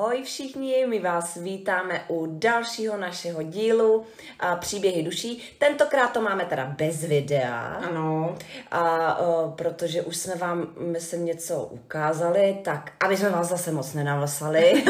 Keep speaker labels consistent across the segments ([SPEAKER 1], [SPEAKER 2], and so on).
[SPEAKER 1] Ahoj všichni, my vás vítáme u dalšího našeho dílu Příběhy duší. Tentokrát to máme teda bez videa.
[SPEAKER 2] Ano.
[SPEAKER 1] Protože už jsme vám, myslím, něco ukázali, tak aby jsme vás zase moc nenavlsali.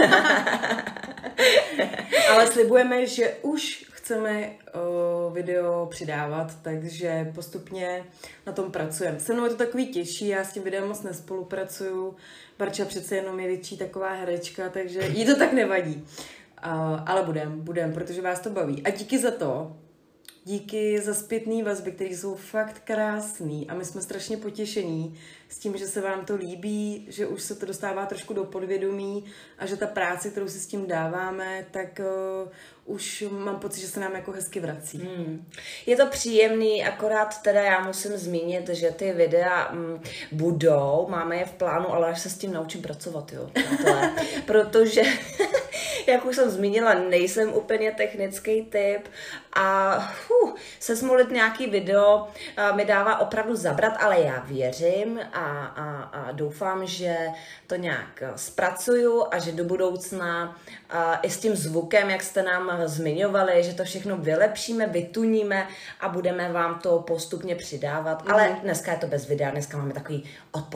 [SPEAKER 2] Ale slibujeme, že už chceme video přidávat, takže postupně na tom pracujeme. Se mnou je to takový těžší, já s tím videem moc nespolupracuju. Barča přece jenom je větší taková herečka, takže jí to tak nevadí. Ale budem, protože vás to baví. A díky za to. Díky za zpětný vazby, které jsou fakt krásný a my jsme strašně potěšení s tím, že se vám to líbí, že už se to dostává trošku do podvědomí a že ta práce, kterou si s tím dáváme, tak už mám pocit, že se nám jako hezky vrací.
[SPEAKER 1] Je to příjemný, akorát teda já musím zmínit, že ty videa budou, máme je v plánu, ale až se s tím naučím pracovat, jo. Protože jak už jsem zmínila, nejsem úplně technický typ a se smolit nějaký video mi dává opravdu zabrat, ale já věřím a doufám, že to nějak zpracuju a že do budoucna i s tím zvukem, jak jste nám zmiňovali, že to všechno vylepšíme, vytuníme a budeme vám to postupně přidávat. Ale dneska je to bez videa, dneska máme takový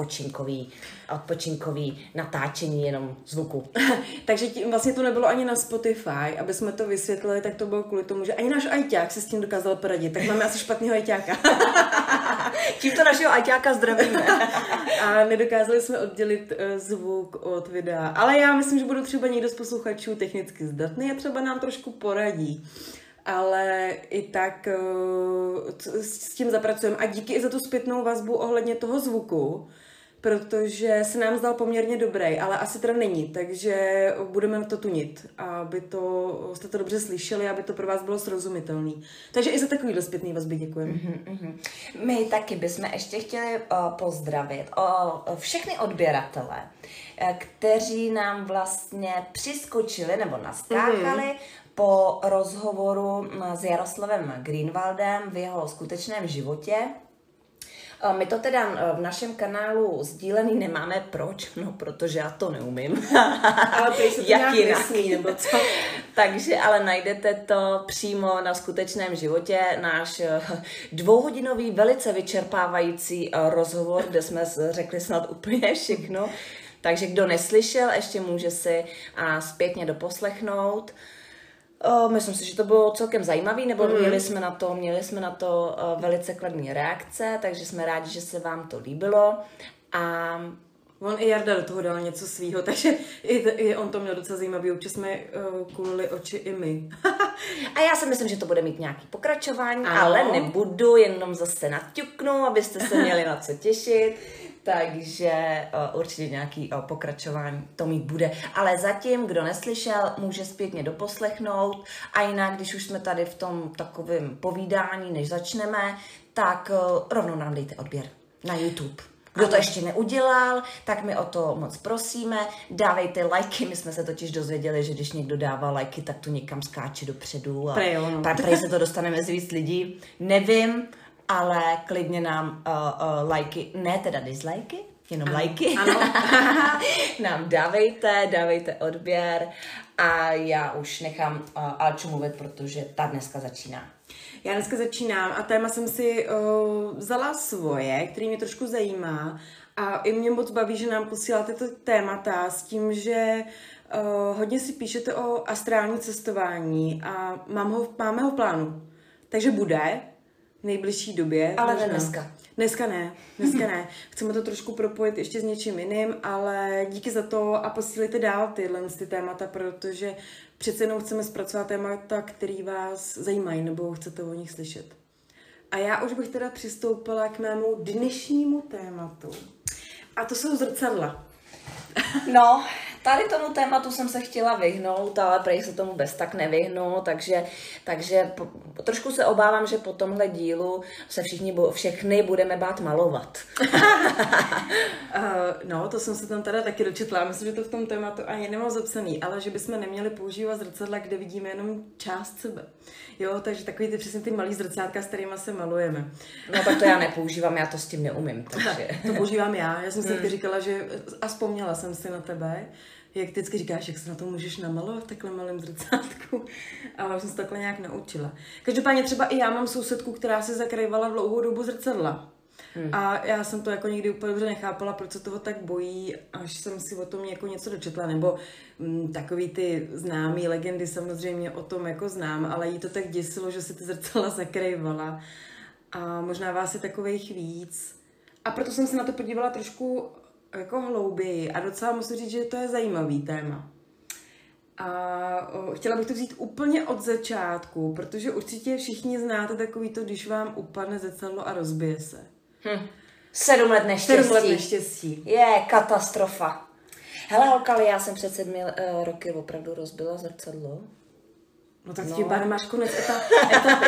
[SPEAKER 1] odpočinkový natáčení jenom zvuku.
[SPEAKER 2] Takže vlastně to nebylo ani na Spotify, aby jsme to vysvětlili, tak to bylo kvůli tomu, že ani náš ajťák se s tím dokázal poradit, tak máme asi špatného ajťáka.
[SPEAKER 1] Tímto našeho ajťáka zdravíme.
[SPEAKER 2] A nedokázali jsme oddělit zvuk od videa. Ale já myslím, že budu třeba někdo z posluchačů technicky zdatný a třeba nám trošku poradí. Ale i tak s tím zapracujeme. A díky i za tu zpětnou vazbu ohledně toho zvuku, protože se nám zdal poměrně dobrý, ale asi teda není, takže budeme to tunit, aby jste to dobře slyšeli, aby to pro vás bylo srozumitelný. Takže i za takovýhle zpětný vazby děkujeme.
[SPEAKER 1] My taky bychom ještě chtěli pozdravit všechny odběratele, kteří nám vlastně přiskočili nebo naskákali po rozhovoru s Jaroslavem Greenwaldem v jeho skutečném životě. My to teda v našem kanálu sdílený nemáme. Proč? No, protože já to neumím.
[SPEAKER 2] Ale prý se to nějak nesmí, nebo co?
[SPEAKER 1] Takže, ale najdete to přímo na skutečném životě. Náš dvouhodinový, velice vyčerpávající rozhovor, kde jsme řekli snad úplně všechno. Takže kdo neslyšel, ještě může si zpětně doposlechnout. Myslím si, že to bylo celkem zajímavý, nebo měli jsme na to velice kladné reakce, takže jsme rádi, že se vám to líbilo. A
[SPEAKER 2] on i Jarda do toho dal něco svýho, takže i on to měl docela zajímavý, občas jsme kulili oči i my.
[SPEAKER 1] A já si myslím, že to bude mít nějaký pokračování, ale nebudu, jenom zase naťuknu, abyste se měli na co těšit. Takže určitě nějaký pokračování to mít bude. Ale zatím, kdo neslyšel, může zpětně doposlechnout. A jinak, když už jsme tady v tom takovém povídání, než začneme, tak rovnou nám dejte odběr na YouTube. Kdo to ještě neudělal, tak my o to moc prosíme. Dávejte lajky, my jsme se totiž dozvěděli, že když někdo dává lajky, tak to někam skáče dopředu. A prej se to dostane mezi víc lidí. Nevím, ale klidně nám lajky, ne teda dislajky, jenom lajky.
[SPEAKER 2] Ano.
[SPEAKER 1] Nám dávejte odběr a já už nechám Alču mluvit, protože ta dneska začíná.
[SPEAKER 2] Já dneska začínám a téma jsem si vzala svoje, který mě trošku zajímá a i mě moc baví, že nám posíláte to témata s tím, že hodně si píšete o astrální cestování a máme ho v plánu. Takže bude v nejbližší době.
[SPEAKER 1] Ale ne dneska.
[SPEAKER 2] Dneska ne. Chceme to trošku propojit ještě s něčím jiným, ale díky za to a posílejte dál ty témata, protože přece jenom chceme zpracovat témata, který vás zajímají nebo chcete o nich slyšet. A já už bych teda přistoupila k mému dnešnímu tématu. A to jsou zrcadla.
[SPEAKER 1] No, tady tomu tématu jsem se chtěla vyhnout, ale prej se tomu bez tak nevyhnu, takže trošku se obávám, že po tomhle dílu se všechny budeme bát malovat.
[SPEAKER 2] No, to jsem se tam teda taky dočetla. Myslím, že to v tom tématu ani nemám zapsaný, ale že bychom neměli používat zrcadla, kde vidíme jenom část sebe. Jo, takže takový přesně ty malý zrcátka, s kterýma se malujeme.
[SPEAKER 1] No tak to já nepoužívám, já to s tím neumím. Takže.
[SPEAKER 2] To používám já. Já jsem si taky říkala, že a vzpomněla jsem si na tebe, jak vždycky říkáš, jak se na to můžeš namalovat v takhle malém zrcátku, ale už jsem se takhle nějak naučila. Každopádně třeba i já mám sousedku, která si zakrývala dlouhou dobu zrcadla. A já jsem to jako nikdy úplně dobře nechápala, proč se toho tak bojí, až jsem si o tom jako něco dočetla, nebo takový ty známý legendy samozřejmě o tom jako znám, ale jí to tak děsilo, že si ty zrcadla zakrývala. A možná vás je takovejch víc. A proto jsem se na to podívala trošku jako hlouběji a docela musím říct, že to je zajímavý téma. A chtěla bych to vzít úplně od začátku, protože určitě všichni znáte takový to, když vám upadne zrcadlo a rozbije se.
[SPEAKER 1] 7 let neštěstí.
[SPEAKER 2] 7 let neštěstí.
[SPEAKER 1] Je katastrofa. Hele, holkali, já jsem před 7 roky opravdu rozbila zrcadlo.
[SPEAKER 2] No tak tím pádem máš konec etapy.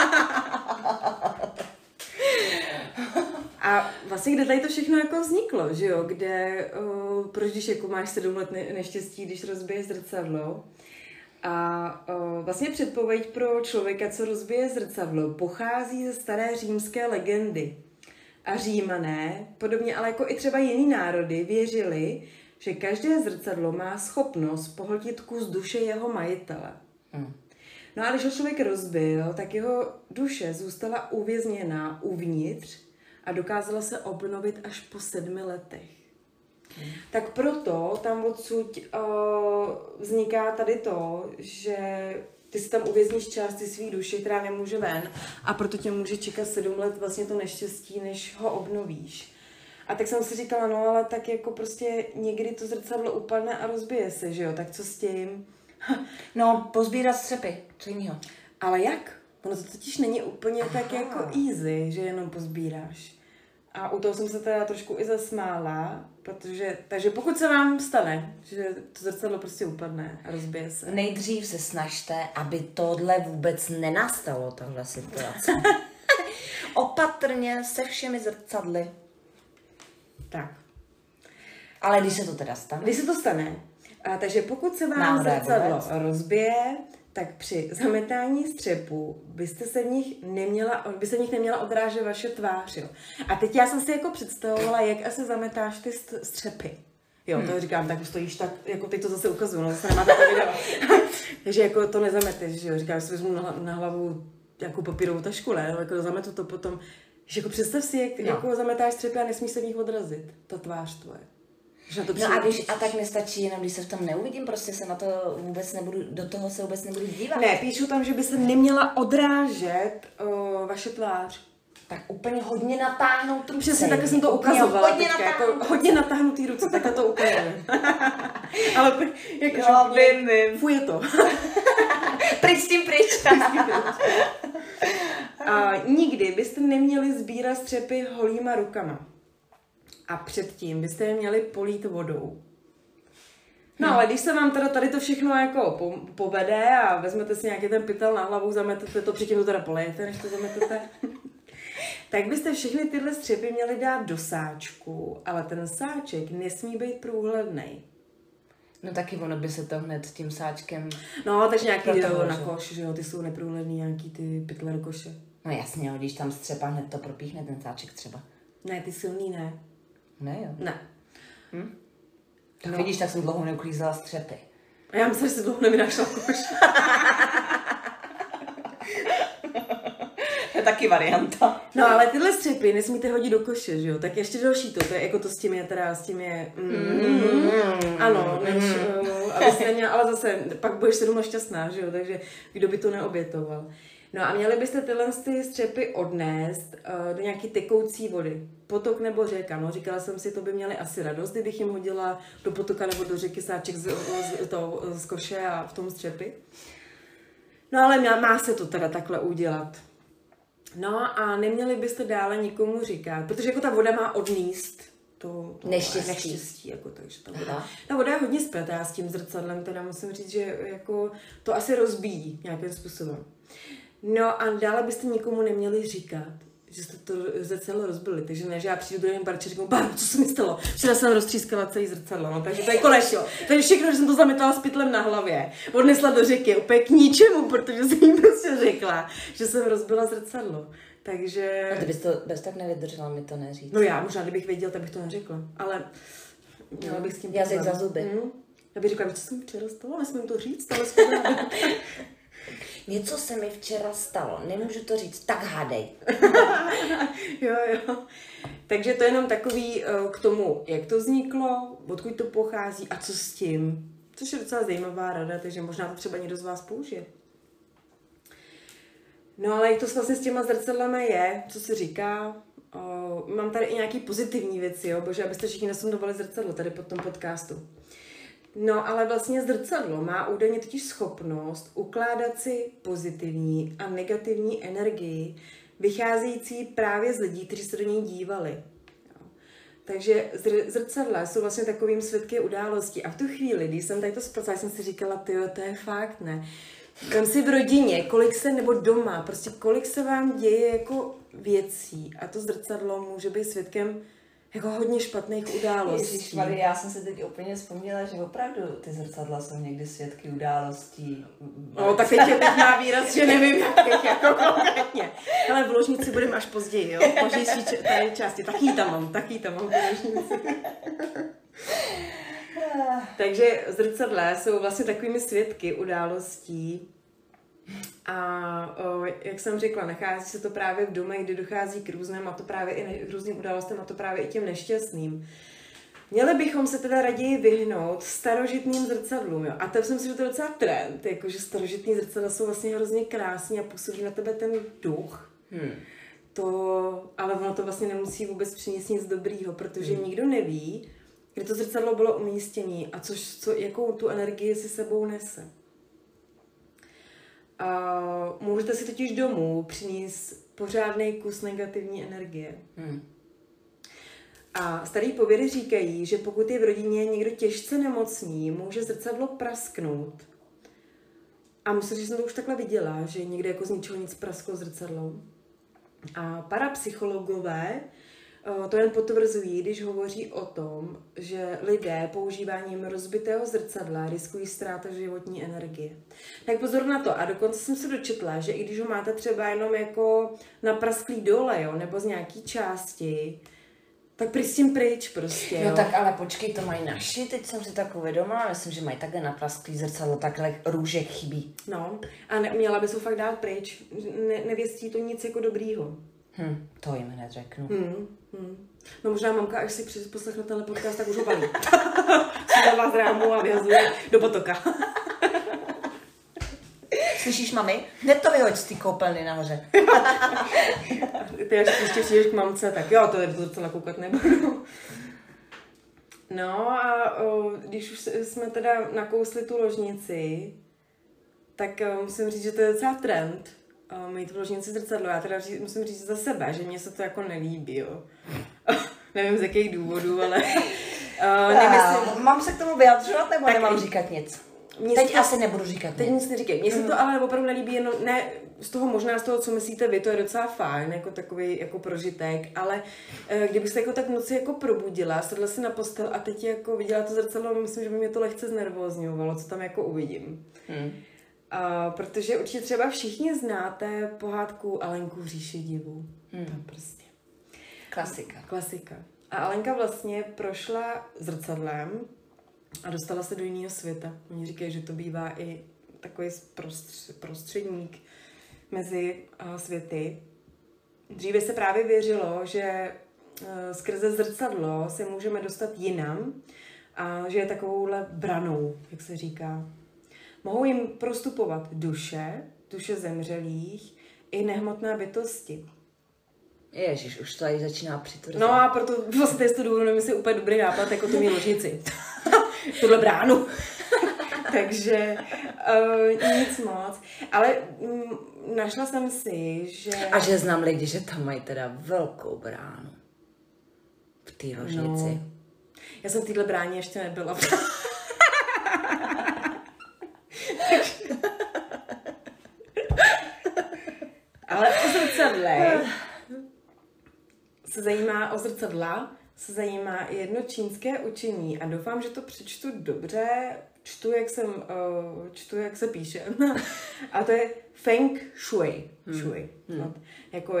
[SPEAKER 2] A vlastně kde tady to všechno jako vzniklo, že jo? Kde, proč když jako máš 7 let neštěstí, když rozbiješ zrcadlo? A vlastně předpověď pro člověka, co rozbije zrcadlo, pochází ze staré římské legendy. A Římané, podobně ale jako i třeba jiný národy, věřili, že každé zrcadlo má schopnost pohltit kus duše jeho majitele. No a když ho člověk rozbil, tak jeho duše zůstala uvězněná uvnitř a dokázala se obnovit až po 7 letech. Tak proto tam odsud vzniká tady to, že ty si tam uvězníš části svých duše, která nemůže ven, a proto tě může čekat 7 let vlastně to neštěstí, než ho obnovíš. A tak jsem si říkala, no ale tak jako prostě někdy to zrcadlo upadne a rozbije se, že jo, tak co s tím?
[SPEAKER 1] No, pozbírat střepy, co jiného.
[SPEAKER 2] Ale jak? Ono to totiž není úplně tak jako easy, že jenom pozbíráš. A u toho jsem se teda trošku i zasmála, takže pokud se vám stane, že to zrcadlo prostě upadne a rozbije se.
[SPEAKER 1] Nejdřív se snažte, aby tohle vůbec nenastalo, tahle situace. Opatrně se všemi zrcadly.
[SPEAKER 2] Tak.
[SPEAKER 1] Ale když se to teda stane?
[SPEAKER 2] Když se to stane, takže pokud se vám zrcadlo rozbije, tak při zametání střepů byste se v nich neměla odrážet vaše tvář. Jo. A teď já jsem si jako představovala, jak asi zametáš ty střepy. Jo, to říkám, tak stojíš tak, jako teď to zase ukazuju, no zase nemáte to video. Takže jako to nezameteš, že jo, říkám, že si vezmu na hlavu nějakou papírovou tašku, ne, jako zametu to potom. Že jako představ si, jak jako zametáš střepy a nesmíš se v nich odrazit, ta tvář tvoje.
[SPEAKER 1] No a tak nestačí jenom, když se v tom neuvidím, prostě se na to vůbec nebudu, do toho se vůbec nebudu dívat.
[SPEAKER 2] Ne, píšu tam, že by se neměla odrážet vaše tvář.
[SPEAKER 1] Tak úplně hodně natáhnout ruce.
[SPEAKER 2] Přesně, takhle jsem to ukazovala teďka, jako hodně natáhnutý ruce, takhle to ukazuje. Ale jako
[SPEAKER 1] vím.
[SPEAKER 2] Fuje to.
[SPEAKER 1] Pryč s tím pryč.
[SPEAKER 2] A nikdy byste neměli sbírat střepy holýma rukama. A předtím byste je měli polít vodou. No ale když se vám teda tady to všechno jako povede a vezmete si nějaký ten pytel na hlavu, zametete to, předtím to teda polejete, než to zametete, tak byste všechny tyhle střepy měli dát do sáčku, ale ten sáček nesmí být průhlednej.
[SPEAKER 1] No taky ono by se to hned tím sáčkem...
[SPEAKER 2] No, takže nějaký na koš, že jo, ty jsou neprůhledný, nějaký ty pytle do koše.
[SPEAKER 1] No jasně, když tam střepa hned to propíchne ten sáček třeba.
[SPEAKER 2] Ne, ty silný ne.
[SPEAKER 1] Ne jo?
[SPEAKER 2] Ne.
[SPEAKER 1] Tak vidíš, tak jsem dlouho neuklízela střepy.
[SPEAKER 2] A já myslím, že jsi dlouho nevynášela koš.
[SPEAKER 1] To je taky varianta.
[SPEAKER 2] No ale tyhle střepy nesmíte hodit do koše, že jo? Tak ještě další to je jako to s tím je ano, než, abyste neměla, ale zase pak budeš se doma šťastná, že jo? Takže kdo by to neobětoval. No a měli byste tyhle střepy odnést do nějaký tekoucí vody. Potok nebo řeka. No, říkala jsem si, to by měli asi radost, kdybych jim hodila do potoka nebo do řeky sáček z koše a v tom střepy. No ale má se to teda takhle udělat. No a neměli byste dále nikomu říkat, protože jako ta voda má odníst to neštěstí jako, takže ta voda je hodně spjatá s tím zrcadlem, teda musím říct, že jako to asi rozbíjí nějakým způsobem. No a dále byste nikomu neměli říkat, že jste to zrcadlo rozbili, takže ne, že já přijdu do jiného barče a říkám, Báro, co se mi stalo? Včera jsem roztřískala celý zrcadlo, no, takže to je konec, jo. Takže všechno, že jsem to zametala s pytlem na hlavě, odnesla do řeky, úplně k ničemu, protože jsem jim prostě řekla, že jsem rozbila zrcadlo. Takže...
[SPEAKER 1] A ty bys to bez tak nevydržela mi to neříct.
[SPEAKER 2] No já, možná kdybych věděl, tak bych to neřekla, ale měla bych s tím
[SPEAKER 1] jazyk za zuby.
[SPEAKER 2] Já bych řekla, co se mi včera stalo, nesmím to říct, ale
[SPEAKER 1] Něco se mi včera stalo, nemůžu to říct, tak hádej.
[SPEAKER 2] Jo. Takže to je jenom takový k tomu, jak to vzniklo, odkud to pochází a co s tím. Což je docela zajímavá rada, takže možná to třeba někdo z vás použije. No ale jak to vlastně s těma zrcadlama je, co se říká, mám tady i nějaký pozitivní věci, jo, bože, abyste všichni nasundovali zrcadlo tady pod tom podcastu. No, ale vlastně zrcadlo má údajně totiž schopnost ukládat si pozitivní a negativní energii, vycházející právě z lidí, kteří se do něj dívali. Jo. Takže zrcadla jsou vlastně takovým svědky událostí. A v tu chvíli, když jsem tady to zpracovala, jsem si říkala, tyjo, to je fakt, ne. Kam si v rodině, kolik se, nebo doma, prostě kolik se vám děje jako věcí. A to zrcadlo může být svědkem jako hodně špatných událostí.
[SPEAKER 1] Ježišmarja, já jsem se teď úplně vzpomněla, že opravdu ty zrcadla jsou někdy svědky událostí.
[SPEAKER 2] No, tak teď má výraz, že nevím, jakých jako konkrétně. Ale v ložnici budeme až později, jo? V pozdější tady části. Taky tam mám v ložnici. Takže zrcadla jsou vlastně takovými svědky událostí. A jak jsem řekla, nachází se to právě v domech, kdy dochází k různým, a to právě i k různým událostem, a to právě i těm nešťastným. Měli bychom se teda raději vyhnout starožitným zrcadlům, jo. A to myslím si, že to je docela trend, jakože starožitný zrcadla jsou vlastně hrozně krásný a působí na tebe ten duch. Ale ono to vlastně nemusí vůbec přinést nic dobrýho, protože nikdo neví, kde to zrcadlo bylo umístěné a jakou tu energii si sebou nese. A můžete si totiž domů přinést pořádný kus negativní energie. A starý pověry říkají, že pokud je v rodině někdo těžce nemocný, může zrcadlo prasknout. A myslím, že jsem to už takhle viděla, že někde jako z ničeho nic prasklo zrcadlo. A parapsychologové to jen potvrzují, když hovoří o tom, že lidé používáním rozbitého zrcadla riskují ztrátu životní energie. Tak pozor na to. A dokonce jsem se dočetla, že i když ho máte třeba jenom jako na prasklý dole, jo, nebo z nějaký části, tak prý s tím pryč prostě, jo.
[SPEAKER 1] No tak ale počkej, to mají naši, teď jsem si tak uvědomila, myslím, že mají takhle na prasklý zrcadlo, takhle růžek chybí.
[SPEAKER 2] No, a měla by se fakt dát pryč. Nevěstí to nic jako dobrýho.
[SPEAKER 1] To jim hned řeknu.
[SPEAKER 2] No možná mamka, až si poslechne tenhle podcast, tak už ho balí. Si dává z rámu a vyhazuje do potoka.
[SPEAKER 1] Slyšíš, mami? Hned to vyhoď z té koupelny nahoře.
[SPEAKER 2] Ty až ještě přijdeš k mamce, tak jo, to je docela koukat nebudu. No a když už jsme teda nakousli tu ložnici, tak musím říct, že to je docela trend. Mít v ložnici zrcadlo. Já teda musím říct za sebe, že mně se to jako nelíbí, jo. Nevím z jakých důvodů, ale
[SPEAKER 1] nemyslím. Mám se k tomu vyjadřovat, nebo tak nemám říkat nic? Teď asi nebudu říkat
[SPEAKER 2] teď nic neříkej. Mně se to ale opravdu nelíbí, jenom ne z toho, co myslíte vy, to je docela fajn, jako takový jako prožitek, ale kdybych se jako tak v noci jako probudila, sedla si na postel a teď jako viděla to zrcadlo, myslím, že by mě to lehce znervózňovalo, co tam jako uvidím. Protože určitě třeba všichni znáte pohádku Alenku v říši divů. Tam prostě. Klasika. A Alenka vlastně prošla zrcadlem a dostala se do jiného světa. Oni říkají, že to bývá i takový prostředník mezi světy. Dříve se právě věřilo, že skrze zrcadlo se můžeme dostat jinam a že je takovouhle branou, jak se říká. Mohou jim prostupovat duše zemřelých i nehmotné bytosti.
[SPEAKER 1] Ježiš, už to tady začíná přitvrzet.
[SPEAKER 2] No a proto vlastně z toho důvodu nevím, jestli úplně dobrý nápad, jako tu mít ložnici. Tuhle bránu. Takže nic moc. Ale našla jsem si, že...
[SPEAKER 1] A že znám lidi, že tam mají teda velkou bránu. V té ložnici. No.
[SPEAKER 2] Já jsem v téhle bráně ještě nebyla. Ale o zrcadla se zajímá i jedno čínské učení a doufám, že to přečtu dobře. Čtu, jak se píše. A to je Feng Shui. No, jako,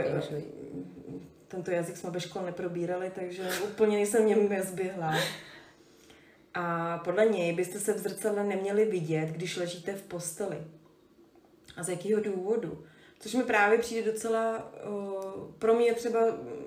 [SPEAKER 2] tento jazyk jsme ve škole neprobírali, takže úplně nejsem něm zběhlá. A podle něj byste se v zrcadle neměli vidět, když ležíte v posteli. A z jakého důvodu? Což mi právě přijde docela, pro mě třeba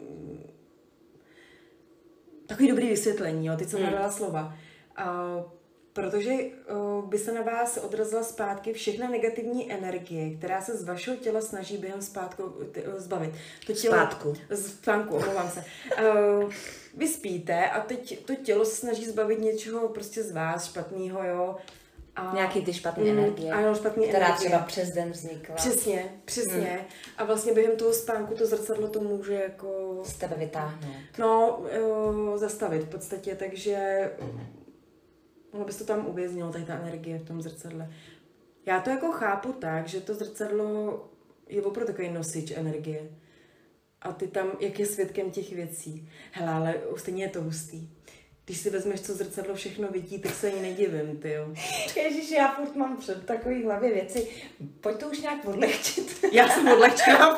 [SPEAKER 2] takový dobrý vysvětlení, jo, teď jsem hledala slova. Protože by se na vás odrazila zpátky všechna negativní energie, která se z vašeho těla snaží během zbavit. To tělo, spánku, omlouvám se. Vy spíte a teď to tělo se snaží zbavit něčeho prostě z vás špatného, jo.
[SPEAKER 1] Nějaký ty špatné energie,
[SPEAKER 2] ano, špatný
[SPEAKER 1] která
[SPEAKER 2] energie.
[SPEAKER 1] třeba přes den vznikla.
[SPEAKER 2] Přesně. A vlastně během toho spánku to zrcadlo to může jako...
[SPEAKER 1] Z tebe vytáhnout.
[SPEAKER 2] No, zastavit v podstatě, takže... Ono bys to tam uvěznilo, tady ta energie v tom zrcadle. Já to jako chápu tak, že to zrcadlo je opravdu takový nosič energie. A ty tam, jak je svědkem těch věcí. Hele, ale stejně je to hustý. Když si vezmeš, co zrcadlo všechno vidí, tak se ani nedivím, tyjo.
[SPEAKER 1] Ježiš, já furt mám před takový hlavě věci. Pojď to už nějak odlehčit.
[SPEAKER 2] Já jsem odlehčila,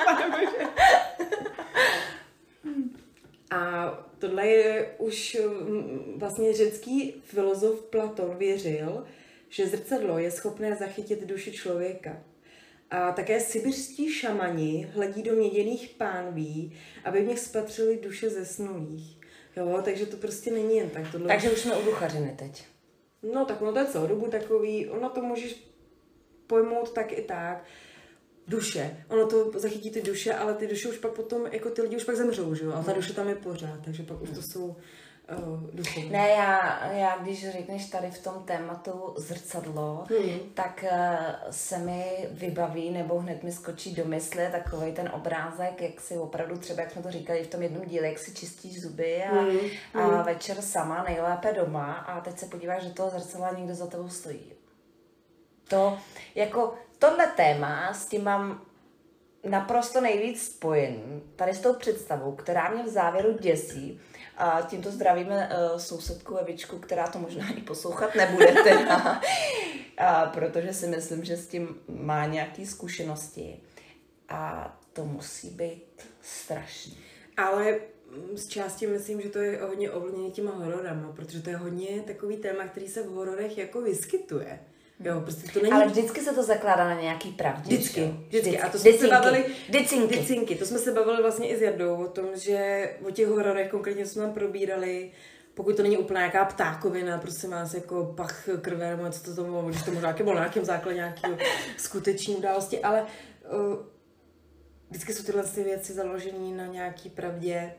[SPEAKER 2] A tohle je už vlastně řecký filozof Platon věřil, že zrcadlo je schopné zachytit duši člověka. A také sibiřští šamani hledí do měděných pánví, aby v nich spatřili duše zesnulých. Jo, takže to prostě není jen tak. Tohle
[SPEAKER 1] takže už jsme u duchařiny teď.
[SPEAKER 2] No tak ono to je celou dobu takový, ono to můžeš pojmout tak i tak. Duše. Ono to zachytí ty duše, ale ty duše už pak potom, jako ty lidi už pak zemřou, že jo? A ta duše tam je pořád, takže pak už to jsou duchovní.
[SPEAKER 1] Ne, já když řekneš tady v tom tématu zrcadlo, tak se mi vybaví, nebo hned mi skočí do mysli takovej ten obrázek, jak si opravdu třeba, jak jsme to říkali v tom jednom díle, jak si čistíš zuby a večer sama, nejlépe doma, a teď se podíváš do toho zrcadla a někdo za tebou stojí. To, jako tohle téma s tím mám naprosto nejvíc spojený, tady s tou představou, která mě v závěru děsí. A tímto zdravíme sousedku Evičku, která to možná ani poslouchat nebude teda, protože si myslím, že s tím má nějaké zkušenosti. A to musí být strašný.
[SPEAKER 2] Ale z části myslím, že to je hodně ovlivněné těma hororama, protože to je hodně takový téma, který se v hororech jako vyskytuje. Jo, prostě to není...
[SPEAKER 1] Ale vždycky se to zakládá na nějaký pravdě.
[SPEAKER 2] Vždycky. A to jsme se bavili... Dicinky. To jsme se bavili vlastně i s Jardou o tom, že o těch hororech konkrétně jsme tam probírali, pokud to není úplná nějaká ptákovina, prostě vás jako pach krve, nebo co to bylo, když to možná bylo na nějakém základě nějakého skuteční události, ale vždycky jsou tyhle věci založené na nějaký pravdě.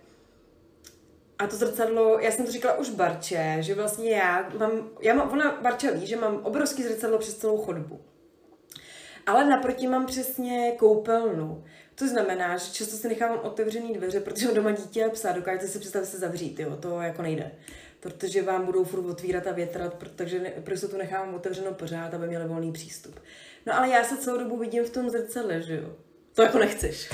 [SPEAKER 2] A to zrcadlo, já jsem to říkala už Barče, že vlastně ona Barča ví, že mám obrovský zrcadlo přes celou chodbu. Ale naproti mám přesně koupelnu. To znamená, že často si nechávám otevřený dveře, protože mám doma dítě a psa, dokážete si představit se zavřít, jo, to jako nejde. Protože vám budou furt otvírat a větrat, takže prostě to nechávám otevřeno pořád, aby měli volný přístup. No ale já se celou dobu vidím v tom zrcadle, že jo. To jako nechceš.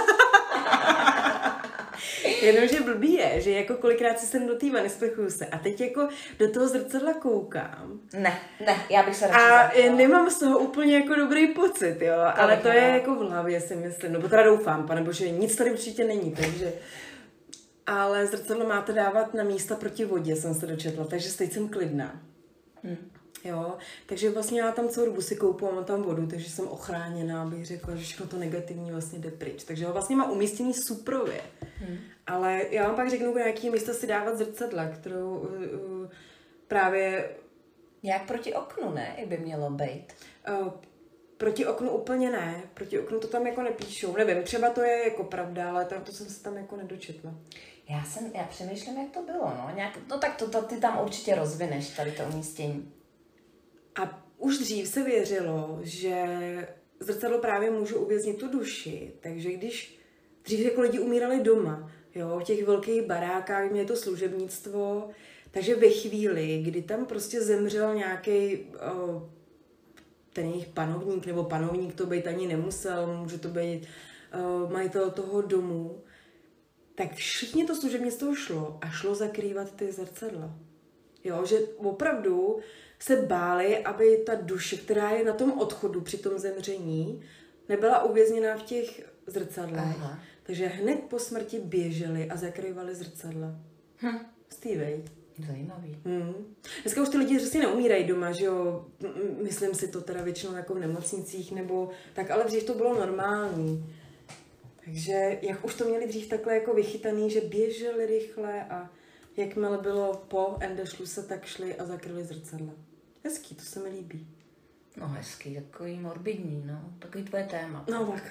[SPEAKER 2] Jenomže blbý je, že jako kolikrát si jsem do té vany, splechuju se a teď jako do toho zrcadla koukám.
[SPEAKER 1] Ne, já bych se
[SPEAKER 2] radši a nemám z toho úplně jako dobrý pocit, jo, ale to je jako v hlavě, si myslím, nebo teda doufám, panebože nic tady určitě není, takže... Ale zrcadlo máte dávat na místa proti vodě, jsem se dočetla, takže teď jsem klidná. Jo, takže vlastně já tam celou dobu si koupu a mám tam vodu, takže jsem ochráněná, bych řekla, že všechno to negativní vlastně jde pryč. Takže ho vlastně má umístěný suprově. Ale já vám pak řeknu, na jaký místo si dávat zrcadla, kterou právě...
[SPEAKER 1] Jak proti oknu, ne? Jak by mělo být?
[SPEAKER 2] Proti oknu úplně ne. Proti oknu to tam jako nepíšou. Nevím, třeba to je jako pravda, ale to jsem se tam jako nedočetla.
[SPEAKER 1] Já přemýšlím, jak to bylo, no. No tak to ty tam určitě rozvineš, tady to umístění.
[SPEAKER 2] A už dřív se věřilo, že zrcadlo právě může uvěznit tu duši, takže když dřív jako lidi umírali doma, jo, v těch velkých barákách měli to služebnictvo, takže ve chvíli, kdy tam prostě zemřel nějaký ten jejich panovník, nebo panovník to být ani nemusel, může to být majitel toho domu, tak všichni to služebnictvo šlo zakrývat ty zrcadla. Jo, že opravdu se báli, aby ta duše, která je na tom odchodu při tom zemření, nebyla uvězněná v těch zrcadlech. Aha. Takže hned po smrti běželi a zakrývali zrcadla. Stevej.
[SPEAKER 1] Zajímavý.
[SPEAKER 2] Dneska už ty lidi přesně neumírají doma, že jo, myslím si to teda většinou jako v nemocnicích nebo tak, ale dřív to bylo normální. Takže jak už to měli dřív takhle jako vychytaný, že běželi rychle a jakmile bylo po Endeschlusse, tak šli a zakryli zrcadla. Hezký, to se mi líbí.
[SPEAKER 1] No hezký, takový morbidní, no, takový tvoje téma.
[SPEAKER 2] No tak.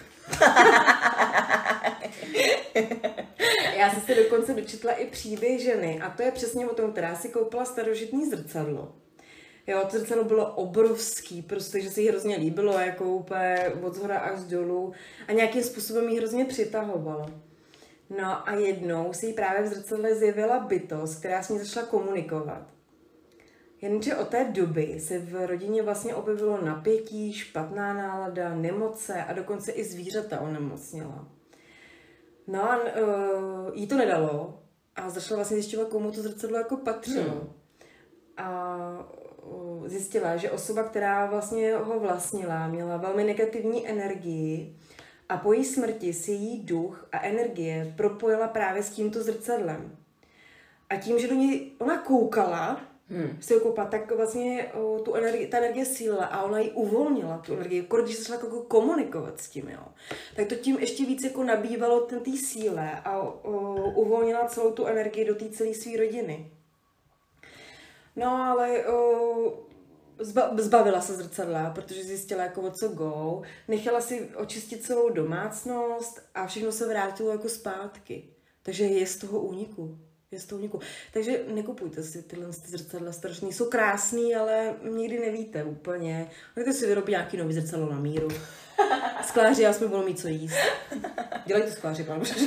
[SPEAKER 2] Já jsem se dokonce dočetla i příběh ženy a to je přesně o tom, která si koupila starožitný zrcadlo. Jo, to zrcadlo bylo obrovský, prostě, že se jí hrozně líbilo, jako úplně od zhora až dolů a nějakým způsobem jí hrozně přitahovalo. No a jednou se jí právě v zrcadle zjevila bytost, která s ní začala komunikovat. Jenže od té doby se v rodině vlastně objevilo napětí, špatná nálada, nemoce a dokonce i zvířata onemocněla. No a jí to nedalo a začala vlastně zjišťovat, komu to zrcadlo jako patřilo. A zjistila, že osoba, která vlastně ho vlastnila, měla velmi negativní energii a po její smrti si její duch a energie propojila právě s tímto zrcadlem. A tím, že do něj ona koukala, se ho koupala, tak vlastně ta energie sílila a ona ji uvolnila, tu energii, když se začala jako komunikovat s tím, jo. Tak to tím ještě víc jako nabývalo té síle a uvolnila celou tu energii do té celé své rodiny. No ale zbavila se zrcadla, protože zjistila jako o co go, nechala si očistit celou domácnost a všechno se vrátilo jako zpátky. Takže je z toho úniku. Takže nekupujte si tyhle zrcadla strašný. Jsou krásný, ale nikdy nevíte úplně. Můžete si vyrobit nějaký nový zrcadlo na míru. Skláři aspoň budou mít co jíst. Dělejte skláři, pane bože.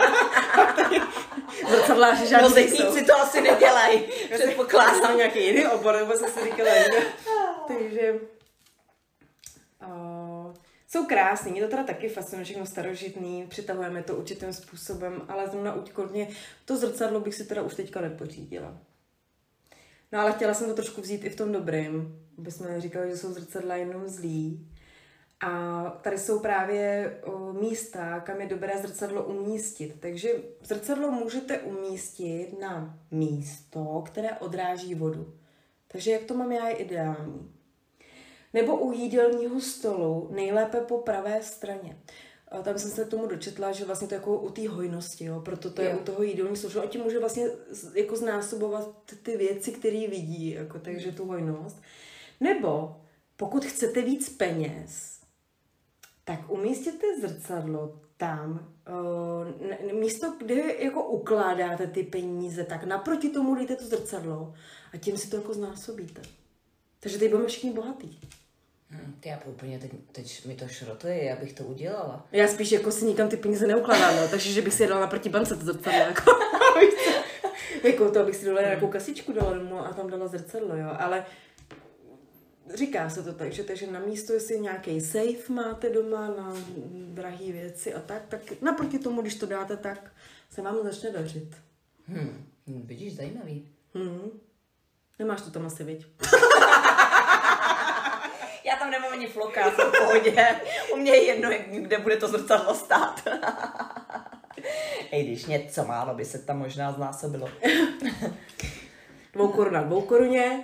[SPEAKER 2] Zrcadláři žádný nejsou.
[SPEAKER 1] Si to asi nedělají. Předpokládám
[SPEAKER 2] nějaký jiný obor, nebo jsem si říkala jiný. Takže jsou krásný, mě to teda taky fascinuje, všechno starožitný, přitahujeme to určitým způsobem, ale zrovna to zrcadlo bych si teda už teďka nepořídila. No ale chtěla jsem to trošku vzít i v tom dobrým, aby jsme říkali, že jsou zrcadla jenom zlý. A tady jsou právě místa, kam je dobré zrcadlo umístit. Takže zrcadlo můžete umístit na místo, které odráží vodu. Takže jak to mám já, je ideální. Nebo u jídelního stolu, nejlépe po pravé straně. A tam jsem se k tomu dočetla, že vlastně to je jako u té hojnosti, jo? Proto to je u toho jídelního stolu. A tím může vlastně jako znásobovat ty věci, které vidí, jako, takže tu hojnost. Nebo pokud chcete víc peněz, tak umístěte zrcadlo tam, místo, kde jako ukládáte ty peníze, tak naproti tomu dejte to zrcadlo a tím si to jako znásobíte. Takže teď budeme všichni bohatý.
[SPEAKER 1] Já úplně teď mi to šrotuje, já bych to udělala.
[SPEAKER 2] Já spíš jako si nikam ty peníze neukládám, no, takže že bych si je dala naproti bance to zrcadlo. Jako to bych si dala nějakou kasičku dala domů a tam dala zrcadlo, jo, ale říká se to tak, že takže na místo, jestli nějaký safe máte doma na drahé věci a tak naproti tomu, když to dáte, tak se vám začne dařit.
[SPEAKER 1] Vidíš, zajímavý.
[SPEAKER 2] Nemáš to tam asi, viď?
[SPEAKER 1] Já tam nemám ani floka, jsem v pohodě. U mě je jedno, kde bude to zrcadlo stát. I když něco málo by se tam možná znásobilo.
[SPEAKER 2] 2 korun na 2 koruně.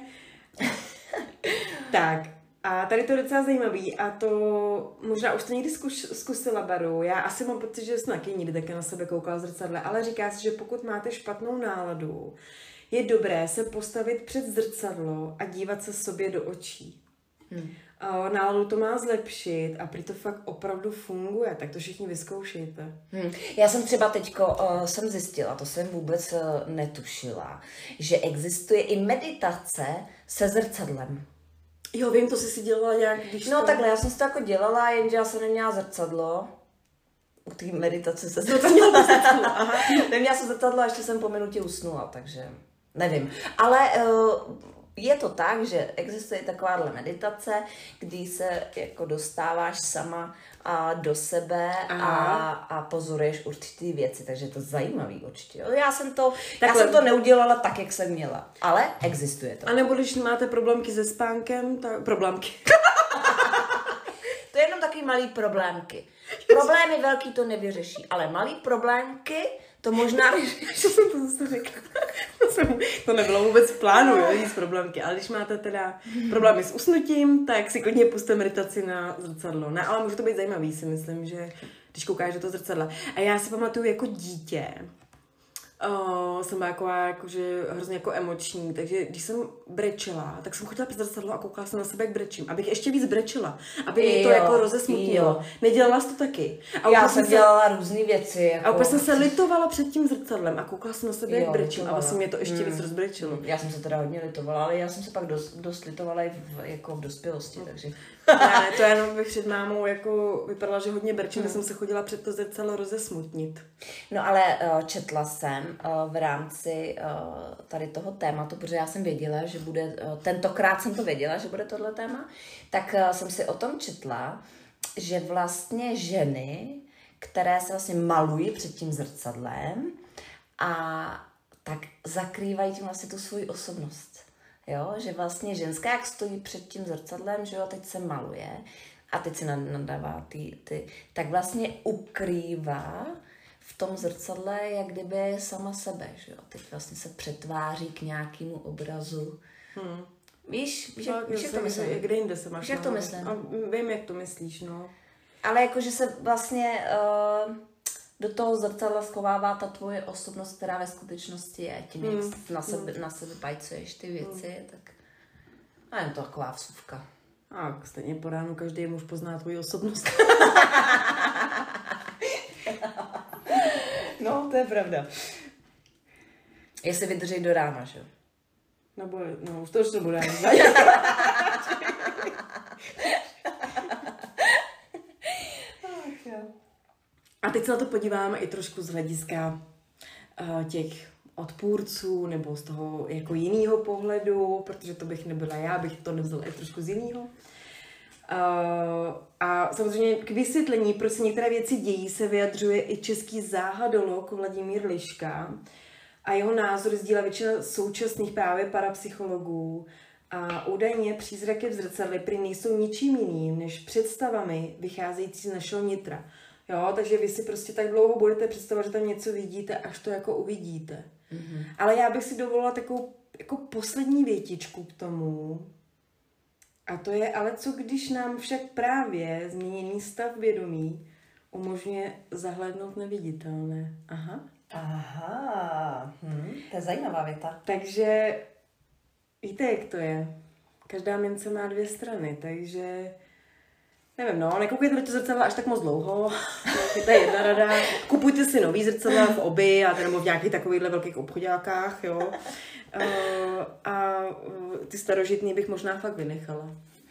[SPEAKER 2] Tak, a tady to je docela zajímavý a to možná už to někdy zkusila Baru. Já asi mám pocit, že jsem taky nikdy taky na sebe koukala v zrcadle, ale říká se, že pokud máte špatnou náladu, je dobré se postavit před zrcadlo a dívat se sobě do očí. Náladu to má zlepšit a prý to fakt opravdu funguje, tak to všichni vyzkoušejte.
[SPEAKER 1] Já jsem třeba teďko jsem zjistila, to jsem vůbec netušila, že existuje i meditace se zrcadlem.
[SPEAKER 2] Jo, vím, to jsi si dělala nějak, když
[SPEAKER 1] No takhle, já jsem si to jako dělala, jenže já jsem neměla zrcadlo. U té meditace se zrcadlo. Neměla jsem zrcadlo a ještě jsem po minutě usnula, takže nevím. Ale je to tak, že existuje takováhle meditace, kdy se jako dostáváš sama do sebe a pozoruješ určitý věci, takže je to zajímavý určitě. Já jsem to neudělala tak, jak jsem měla, ale existuje to.
[SPEAKER 2] A nebo když máte problémky se spánkem, tak problémky.
[SPEAKER 1] To je jenom takový malý problémky. Problémy velký to nevyřeší, ale malý problémky To možná...
[SPEAKER 2] Co jsem to zase řekla? To nebylo vůbec v plánu, jo, nic problémky. Ale když máte teda problémy s usnutím, tak si klidně puste meditaci na zrcadlo. Ne, ale může to být zajímavý, si myslím, že když koukáš do toho zrcadla. A já si pamatuju jako dítě, jsem byla taková jakože hrozně jako emoční, takže když jsem brečela, tak jsem chodila před zrcadlo a koukala jsem na sebe, jak brečím, abych ještě víc brečela, aby mě to jako rozesmutnilo. Nedělala jsi to taky?
[SPEAKER 1] A já jsem dělala různé věci. Jako...
[SPEAKER 2] A úplně jsem se litovala před tím zrcadlem a koukala jsem na sebe, jak brečím, a vlastně mě to ještě víc rozbrečilo.
[SPEAKER 1] Já jsem se teda hodně litovala, ale já jsem se pak dost litovala i jako v dospělosti, takže...
[SPEAKER 2] Ne, to jenom bych před mámou jako vypadala, že hodně brečím, jsem se chodila před to zrcadlo rozesmutnit.
[SPEAKER 1] No ale četla jsem v rámci tady toho tématu, protože já jsem věděla, že bude, tentokrát jsem to věděla, že bude tohle téma, tak jsem si o tom četla, že vlastně ženy, které se vlastně malují před tím zrcadlem a tak zakrývají tím vlastně tu svoji osobnost. Jo, že vlastně ženská, jak stojí před tím zrcadlem, že jo, teď se maluje a teď se nadává tak vlastně ukrývá v tom zrcadle, jak kdyby sama sebe, že jo. Teď vlastně se přetváří k nějakému obrazu. Víš, jak to myslím?
[SPEAKER 2] Kde jinde se máš?
[SPEAKER 1] Víš, jak to myslím?
[SPEAKER 2] A vím, jak to myslíš, no.
[SPEAKER 1] Ale jakože se vlastně do toho zrcadla schovává ta tvoje osobnost, která ve skutečnosti je. Tím, jak na sebe pajcuješ ty věci, tak... A jen to taková vsuvka.
[SPEAKER 2] A stejně po ránu každý muž pozná tvoji osobnost.
[SPEAKER 1] No, to je pravda. Jestli vydrží do rána, že jo?
[SPEAKER 2] No, už to už nebude. A teď se na to podíváme i trošku z hlediska těch odpůrců nebo z toho jako jiného pohledu, protože to bych nebyla já, bych to nevzala i trošku z jiného. A samozřejmě k vysvětlení, proč se některé věci dějí, se vyjadřuje i český záhadolog Vladimír Liška a jeho názor sdílá většina současných právě parapsychologů. A údajně přízraky v zrcadle prý nejsou ničím jiným než představami vycházející z našeho nitra. Jo, takže vy si prostě tak dlouho budete představovat, že tam něco vidíte, až to jako uvidíte. Mm-hmm. Ale já bych si dovolila takovou jako poslední větičku k tomu. A to je, ale co když nám však právě změněný stav vědomí umožňuje zahlédnout neviditelné.
[SPEAKER 1] Aha, to je zajímavá věta.
[SPEAKER 2] Takže víte, jak to je. Každá mince má dvě strany, takže nevím, no, nekoukejte do toho zrcadla až tak moc dlouho. To je jedna rada. Kupujte si nový zrcadla v Obi a nebo v nějakých takovýchhle velkých obchodákách, jo. A ty starožitný bych možná fakt vynechala.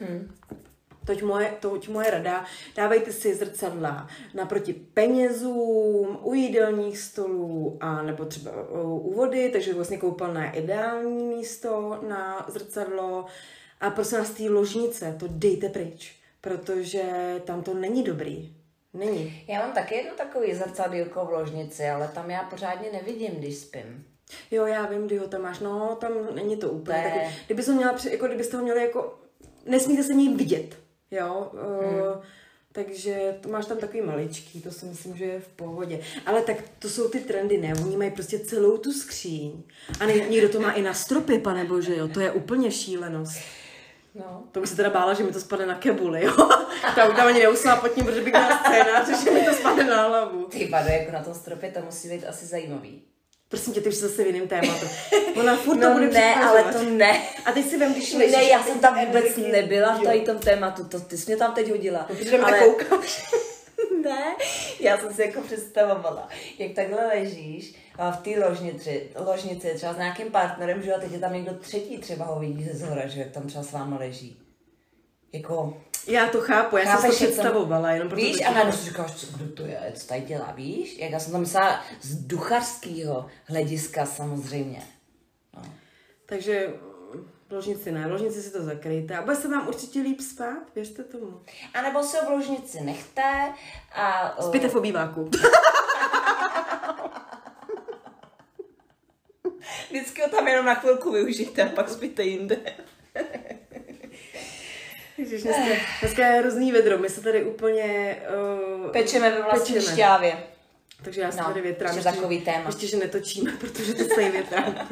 [SPEAKER 2] Toť moje rada. Dávejte si zrcadla naproti penězům, u jídelních stolů a nebo třeba u vody, takže vlastně koupelna je ideální místo na zrcadlo. A prosím vás, té ložnice to dejte pryč, protože tam to není dobrý. Není.
[SPEAKER 1] Já mám taky jedno takový zrcadýlko v ložnici, ale tam já pořádně nevidím, když spím.
[SPEAKER 2] Jo, já vím, kdy ho tam máš, no, tam není to úplně taky. Kdybyste ho měli jako, nesmíte se ní vidět, jo, takže to máš tam takový maličký, to si myslím, že je v pohodě. Ale tak to jsou ty trendy, ne, oni mají prostě celou tu skříň a někdo to má i na stropě, pane bože, jo, to je úplně šílenost.
[SPEAKER 1] No.
[SPEAKER 2] To bych se teda bála, že mi to spadne na kebuli, jo. Tam ani neusla pod tím, protože bych měla scénář, že mi to spadne na hlavu.
[SPEAKER 1] Ty pade, jako na tom stropě, to musí být asi zajímavý.
[SPEAKER 2] Prosím tě, ty už zase v jiném tématu. Ona furt
[SPEAKER 1] no
[SPEAKER 2] to bude
[SPEAKER 1] ne, ale to ne.
[SPEAKER 2] A teď si vem, když
[SPEAKER 1] ležíš. Ne, já jsem tam vůbec nebyla v tady tom tématu, ty jsi mě tam teď hodila.
[SPEAKER 2] Protože ale... tak koukáš.
[SPEAKER 1] Ne, já jsem si jako představovala, jak takhle ležíš v té ložnici, třeba s nějakým partnerem, že a teď je tam někdo třetí, třeba ho vidí ze zhora, že tam třeba s váma leží. Jako...
[SPEAKER 2] Já to chápu, já jsem to představovala, jenom proto...
[SPEAKER 1] Víš, a najednou si říkáš, kdo to je, co tady dělá, víš? Jak já jsem to myslela z duchařského hlediska samozřejmě. No.
[SPEAKER 2] Takže v ložnici ne, v ložnici si to zakryjte a bude se vám určitě líp spát, věřte tomu.
[SPEAKER 1] A nebo si ho v ložnici nechte a...
[SPEAKER 2] Spíte v obýváku.
[SPEAKER 1] Vždycky ho tam jenom na chvilku využijte a pak spíte jinde.
[SPEAKER 2] Ježiš, dneska je hrozný vedro, my se tady úplně...
[SPEAKER 1] pečeme ve vlastní šťávě.
[SPEAKER 2] Takže já si tady větrám.
[SPEAKER 1] Ještě takový téma.
[SPEAKER 2] Ještě, že netočíme, protože to celý větrám.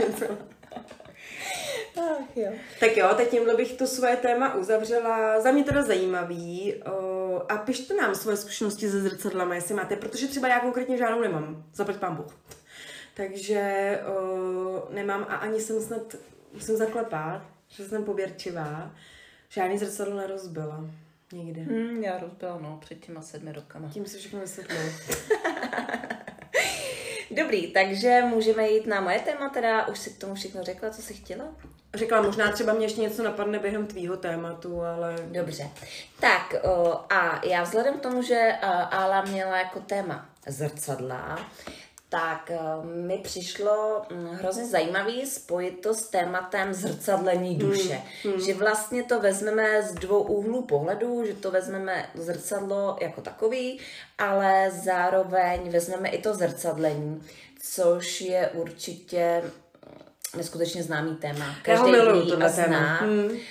[SPEAKER 1] Ach, jo.
[SPEAKER 2] Tak jo, teď tímhle bych to svoje téma uzavřela. Za mě teda zajímavý. A pište nám svoje zkušenosti se zrcadlama, jestli máte, protože třeba já konkrétně žádnou nemám. Zaplať pán Bůh. Takže nemám a ani jsem snad, musím zaklepat, že jsem pověrčivá. Žádný zrcadlo nerozbila. Nikdy.
[SPEAKER 1] Já rozbila, no, před těma 7 rokama.
[SPEAKER 2] Tím si všechno vysvětlil.
[SPEAKER 1] Dobrý, takže můžeme jít na moje téma, teda už si k tomu všechno řekla, co jsi chtěla?
[SPEAKER 2] Řekla, možná třeba mě ještě něco napadne během tvýho tématu, ale...
[SPEAKER 1] Dobře. Tak a já vzhledem k tomu, že Ála měla jako téma zrcadla, tak mi přišlo hrozně zajímavý spojit to s tématem zrcadlení duše. Že vlastně to vezmeme z 2 úhlů pohledu, že to vezmeme zrcadlo jako takový, ale zároveň vezmeme i to zrcadlení, což je určitě neskutečně známý téma. Každý ví a zná,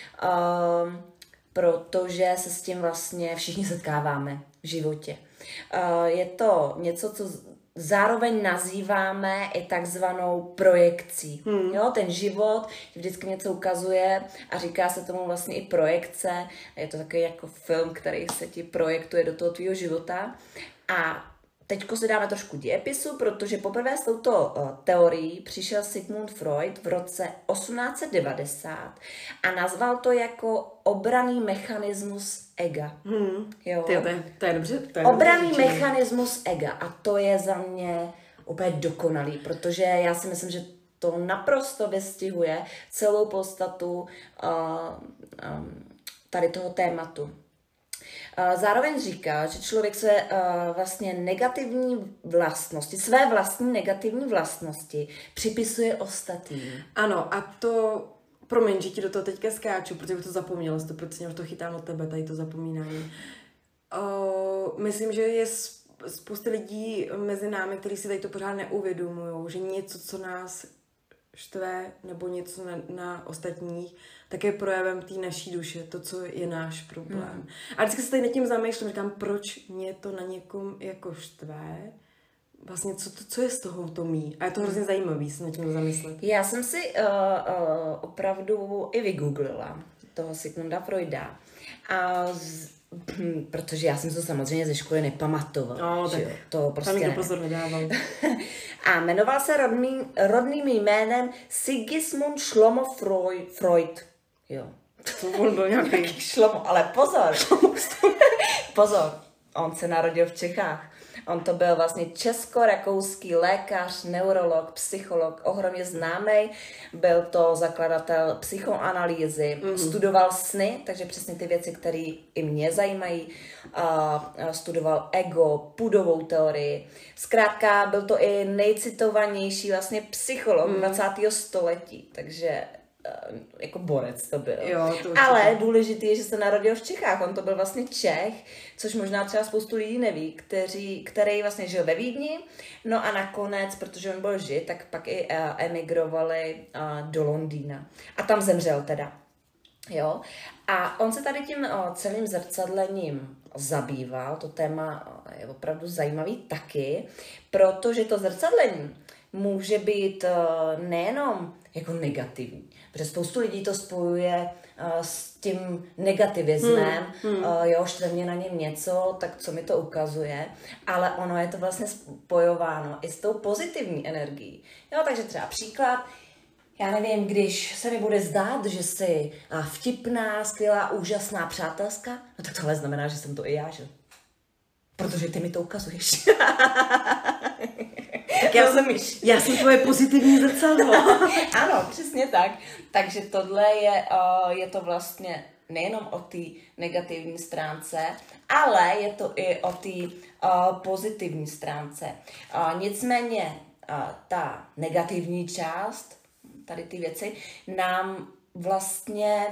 [SPEAKER 1] protože se s tím vlastně všichni setkáváme v životě. Je to něco, co zároveň nazýváme i takzvanou projekcí. Jo, ten život vždycky něco ukazuje a říká se tomu vlastně i projekce. Je to takový jako film, který se ti projektuje do toho tvýho života. A teďko si dáme trošku dějepisu, protože poprvé s touto teorií přišel Sigmund Freud v roce 1890 a nazval to jako obranný mechanismus ega. Jo.
[SPEAKER 2] To je dobře.
[SPEAKER 1] Obranný mechanismus ega a to je za mě úplně dokonalý, protože já si myslím, že to naprosto vystihuje celou podstatu tady toho tématu. Zároveň říká, že člověk se vlastně negativní vlastnosti, své vlastní negativní vlastnosti připisuje ostatním.
[SPEAKER 2] Ano, a to, promiň, že ti do toho teďka skáču, protože bych to zapomněla, 100% to chytám od tebe, tady to zapomínání. Myslím, že je spousta lidí mezi námi, kteří si tady to pořád neuvědomují, že něco, co nás štve, nebo něco na ostatních, tak je projevem té naší duše, to, co je náš problém. A vždycky se tady nad tím zamýšlím, říkám, proč mě to na někom jako štve, vlastně co je z toho to mý. A je to hrozně zajímavý se nad tím zamyslet.
[SPEAKER 1] Já jsem si opravdu i vygooglila toho Sigmunda Freuda. Protože já jsem to samozřejmě ze školy nepamatovala.
[SPEAKER 2] Tak
[SPEAKER 1] to prostě
[SPEAKER 2] tam pozor nedával.
[SPEAKER 1] A jmenoval se rodným jménem Sigismund Šlomo Freud. Jo.
[SPEAKER 2] To on byl nějaký
[SPEAKER 1] Šlomo, ale pozor. Pozor, on se narodil v Čechách. On to byl vlastně česko-rakouský lékař, neurolog, psycholog, ohromně známý. Byl to zakladatel psychoanalýzy, studoval sny, takže přesně ty věci, které i mě zajímají. Studoval ego, pudovou teorii. Zkrátka byl to i nejcitovanější vlastně psycholog 20. století, takže jako borec to byl.
[SPEAKER 2] Jo, to
[SPEAKER 1] ale důležitý je, že se narodil v Čechách. On to byl vlastně Čech, což možná třeba spoustu lidí neví, který vlastně žil ve Vídni. No a nakonec, protože on byl Žid, tak pak i emigrovali do Londýna. A tam zemřel teda. Jo? A on se tady tím celým zrcadlením zabýval. To téma je opravdu zajímavý taky, protože to zrcadlení může být nejenom jako negativní, protože spoustu lidí to spojuje s tím negativismem, jo, štve mě na něm něco, tak co mi to ukazuje, ale ono je to vlastně spojováno i s tou pozitivní energií. Jo, takže třeba příklad, já nevím, když se mi bude zdát, že jsi vtipná, skvělá, úžasná, přátelská, no tak tohle znamená, že jsem to i já, že? Protože ty mi to ukazuješ.
[SPEAKER 2] Tak já jsem tvoje pozitivní zrcadlo.
[SPEAKER 1] Ano, přesně tak. Takže tohle je to vlastně nejenom o té negativní stránce, ale je to i o té pozitivní stránce. Nicméně ta negativní část, tady ty věci, nám vlastně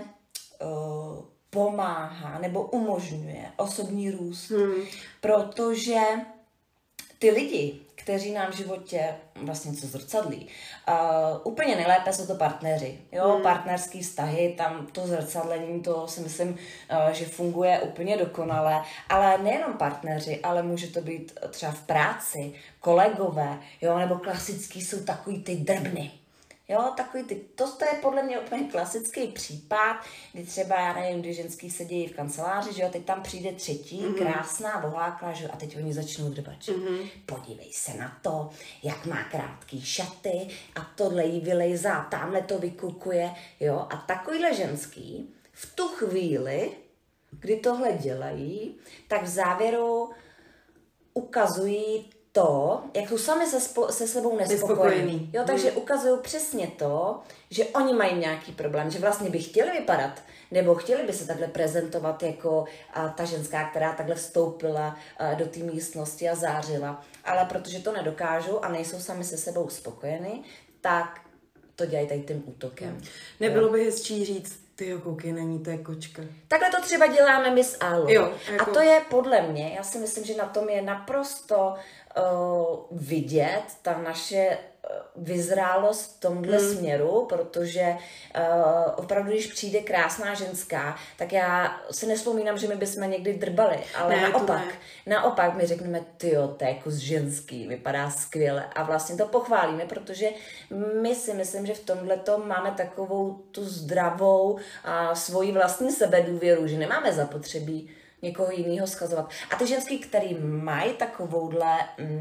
[SPEAKER 1] pomáhá nebo umožňuje osobní růst. Protože ty lidi, kteří nám v životě vlastně co zrcadlí. Úplně nejlépe jsou to partneři, jo, partnerský vztahy, tam to zrcadlení, to si myslím, že funguje úplně dokonale, ale nejenom partneři, ale může to být třeba v práci, kolegové, jo, nebo klasický jsou takový ty drbny. Jo, takový ty, to je podle mě úplně klasický případ, kdy třeba, já nevím, když ženský sedí v kanceláři, že jo, teď tam přijde třetí, krásná, boháklá, že jo, a teď oni začnou drbat. Podívej se na to, jak má krátký šaty a tohle jí vylejzá, tamhle to vykukuje, jo, a takovýhle ženský v tu chvíli, kdy tohle dělají, tak v závěru ukazují to, jak jsou sami se sebou nespokojení. Jo, takže ukazují přesně to, že oni mají nějaký problém, že vlastně by chtěli vypadat, nebo chtěli by se takhle prezentovat jako ta ženská, která takhle vstoupila do té místnosti a zářila. Ale protože to nedokážou a nejsou sami se sebou spokojeni, tak to dělají tady tím útokem.
[SPEAKER 2] Nebylo by hezčí říct, ty jo, koukej, není, to je kočka.
[SPEAKER 1] Takhle to třeba děláme my s Alou.
[SPEAKER 2] Jo, jako...
[SPEAKER 1] A to je podle mě, já si myslím, že na tom je naprosto vidět ta naše vyzrálost v tomhle směru, protože opravdu, když přijde krásná ženská, tak já si nevzpomínám, že my bychom někdy drbali, ale
[SPEAKER 2] ne,
[SPEAKER 1] naopak my řekneme, tyjo, to je kus ženský, vypadá skvěle a vlastně to pochválíme, protože my si myslím, že v tomhletom máme takovou tu zdravou a svoji vlastní sebedůvěru, že nemáme zapotřebí někoho jiného schazovat. A ty ženský, který mají takovouhle